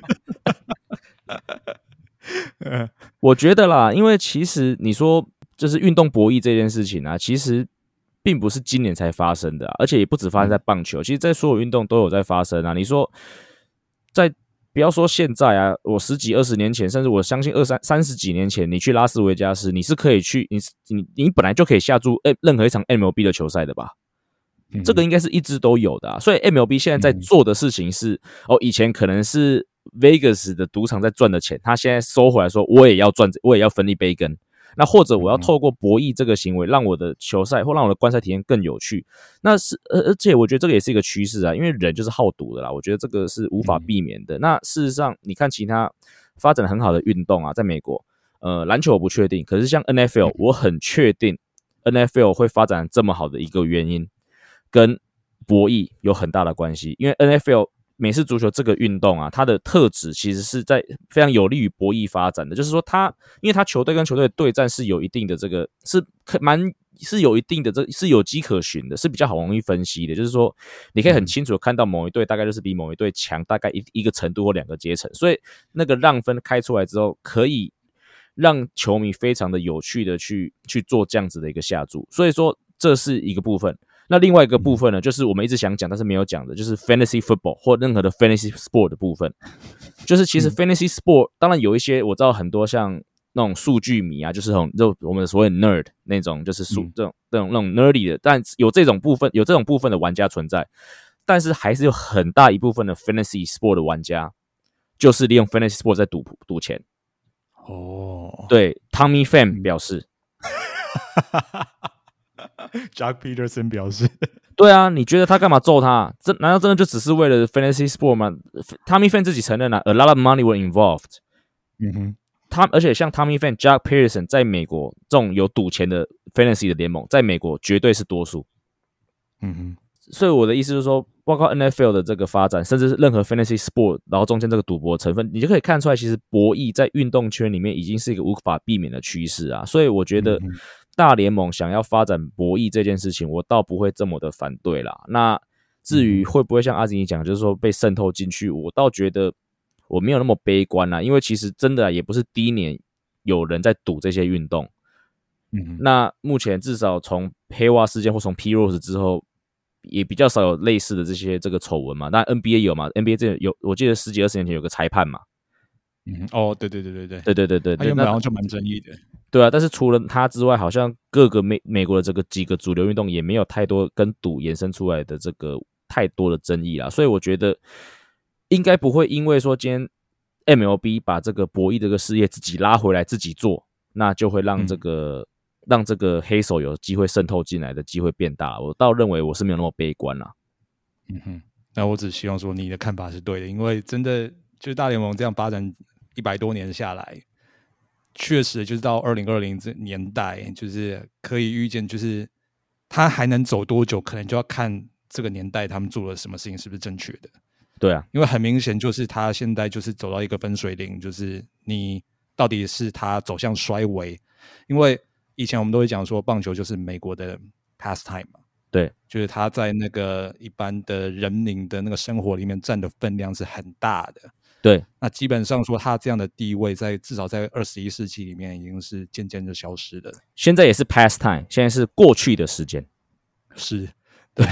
我觉得啦，因为其实你说就是运动博弈这件事情啊，其实并不是今年才发生的、啊，而且也不只发生在棒球，其实在所有运动都有在发生啊。你说在不要说现在啊，我十几二十年前，甚至我相信二三三十几年前，你去拉斯维加斯，你是可以去，你你你本来就可以下注任何一场 M L B 的球赛的吧？嗯、这个应该是一直都有的啊。所以 M L B 现在在做的事情是，嗯、哦，以前可能是 Vegas 的赌场在赚的钱，他现在收回来说，我也要赚，我也要分一杯羹。那或者我要透过博弈这个行为，让我的球赛或让我的观赛体验更有趣。那是而且我觉得这个也是一个趋势啊，因为人就是好赌的啦，我觉得这个是无法避免的。嗯、那事实上，你看其他发展很好的运动啊，在美国，呃，篮球我不确定，可是像 N F L， 我很确定 N F L 会发展这么好的一个原因，跟博弈有很大的关系，因为 N F L。美式足球这个运动啊，它的特质其实是在非常有利于博弈发展的，就是说它，因为它球队跟球队的对战是有一定的这个是蛮是有一定的这是有迹可循的，是比较好容易分析的，就是说你可以很清楚的看到某一队大概就是比某一队强大概一一个程度或两个阶层，所以那个让分开出来之后，可以让球迷非常的有趣的去去做这样子的一个下注，所以说这是一个部分。那另外一个部分呢，就是我们一直想讲但是没有讲的，就是 fantasy football 或任何的 fantasy sport 的部分。就是其实 fantasy sport 当然有一些我知道很多像那种数据迷啊，就是很就我们所谓 nerd 那种，就是数、嗯、这种这种那种 nerdy 的，但有这种部分有这种部分的玩家存在，但是还是有很大一部分的 fantasy sport 的玩家就是利用 fantasy sport 在赌赌钱。哦，对 ，Tommy Pham 表示。 Jack Peterson 表示， 对啊，你觉得他干嘛揍他？这难道真的就只是为了 fantasy sport 吗 ？Tommy Pham 自己承认了、啊、，a lot of money were involved。嗯哼，他而且像 Tommy Pham、Jack Peterson 在美国这种有赌钱的 fantasy 的联盟，在美国绝对是多数。嗯哼，所以我的意思就是说，包括 N F L 的这个发展，甚至是任何 fantasy sport， 然后中间这个赌博成分，你就可以看出来，其实博弈在运动圈里面已经是一个无法避免的趋势啊。所以我觉得。嗯大联盟想要发展博弈这件事情，我倒不会这么的反对啦。那至于会不会像阿吉你讲，就是说被渗透进去，我倒觉得我没有那么悲观啦。因为其实真的、啊、也不是第一年有人在赌这些运动。嗯，那目前至少从黑袜事件或从 P Rose 之后，也比较少有类似的这些这个丑闻嘛。那 N B A 有嘛 ？N B A 这有，我记得十几二十年前有个裁判嘛。 嗯，哦，对对对对对对对对对， 他原本好像就蛮争议的。 对啊，但是除了他之外，好像各个美美国的这个几个主流运动也没有太多跟赌衍生出来的这个太多的争议啦，所以我觉得应该不会因为说今天 M L B 把这个博弈这个事业自己拉回来自己做，那就会让这个、嗯、让这个黑手有机会渗透进来的机会变大。我倒认为我是没有那么悲观啦。 嗯哼，那我只希望说你的看法是对的，因为真的就是大联盟这样发展一百多年下来。 确实就是到二零二零这年代，就是可以预见，就是他还能走多久，可能就要看这个年代他们做了什么事情是不是正确的。 对啊， 因为很明显就是他现在就是走到一个分水岭，就是你到底是他走向衰微，因为以前我们都会讲说棒球就是美国的 pastime 嘛， 对， 就是他在那个一般的人民的那个生活里面占的分量是很大的。 对， 那基本上说他这样的地位在至少在二十一世纪里面已经是渐渐的消失了。 现在也是 past time， 现在是过去的时间。 是，对。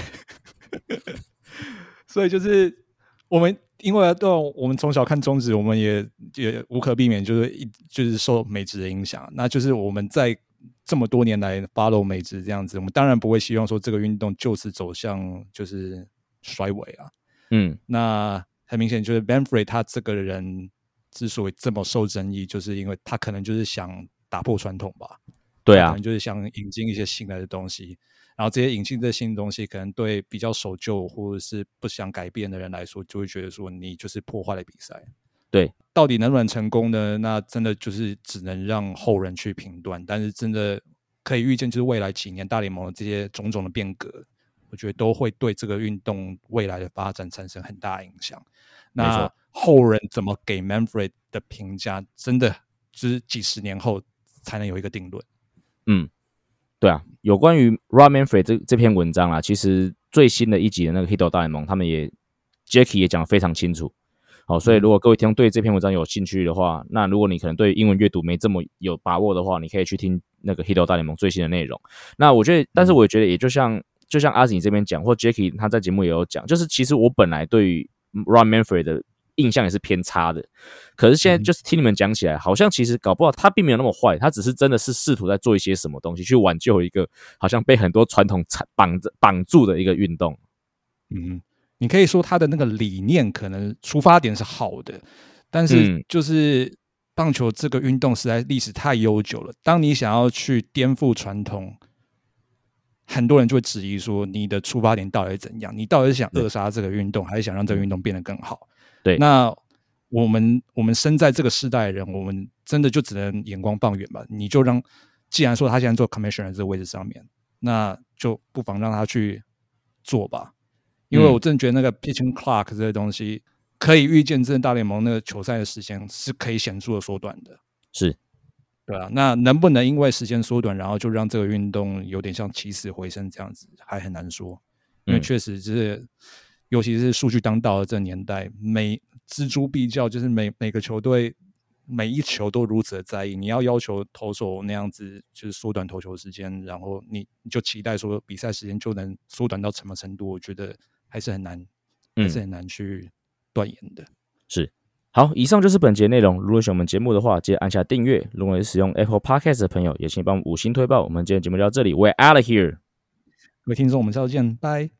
所以就是我们因为我们从小看中职，我们也也无可避免就是一就是受美职的影响。那就是我们在这么多年来 follow 美职这样子，我们当然不会希望说这个运动就此走向就是衰微啊。 嗯， 那很明显就是 Manfred 他这个人之所以这么受争议，就是因为他可能就是想打破传统吧。 对啊， 可能就是想引进一些新来的东西，然后这些引进这新的东西，可能对比较守旧或者是不想改变的人来说，就会觉得说你就是破坏了比赛。 对， 到底能不能成功呢？那真的就是只能让后人去评断。但是真的可以预见，就是未来几年大联盟的这些种种的变革，我觉得都会对这个运动未来的发展产生很大的影响。那后人怎么给 Manfred 的评价，真的就是几十年后才能有一个定论。 嗯，对啊，有关于 Rob Manfred 这这篇文章啦，其实最新的一集的那个 Hito 大联盟，他们也 Jackie 也讲得非常清楚。好，所以如果各位听众对这篇文章有兴趣的话，那如果你可能对英文阅读没这么有把握的话，你可以去听那个 Hito 大联盟最新的内容。那我觉得，但是我觉得也就像就像阿紫你这边讲，或 Jackie 他在节目也有讲，就是其实我本来对于 Rob Manfred 的印象也是偏差的，可是现在就是听你们讲起来，好像其实搞不好他并没有那么坏，他只是真的是试图在做一些什么东西去挽救一个好像被很多传统绑着绑住的一个运动。 嗯，你可以说他的那个理念可能出发点是好的，但是就是棒球这个运动实在历史太悠久了，当你想要去颠覆传统，很多人就会质疑说你的出发点到底是怎样，你到底是想扼杀这个运动，还是想让这个运动变得更好？ 对， 那我们我们身在这个世代的人，我们真的就只能眼光放远吧。你就让，既然说他现在做 commissioner 这个位置上面，那就不妨让他去做吧。因为我真的觉得那个 pitching clock 这些东西，可以预见，真的大联盟那个球赛的时间是可以显著的缩短的。 是， 对啊。那能不能因为时间缩短，然后就让这个运动有点像起死回生这样子，还很难说。因为确实就是。嗯，尤其是数据当道的这个年代，每锱铢必较，就是每每个球队每一球都如此的在意。你要要求投手那样子，就是缩短投球时间，然后你你就期待说比赛时间就能缩短到什么程度？我觉得还是很难，还是很难去断言的。嗯、 是。好，以上就是本节内容。如果喜欢我们节目的话，记得按下订阅。如果是使用 Apple Podcast 的朋友，也请帮我们五星推爆。我们今天节目就到这里， We're out of here。 各位听众，我们下次见，拜。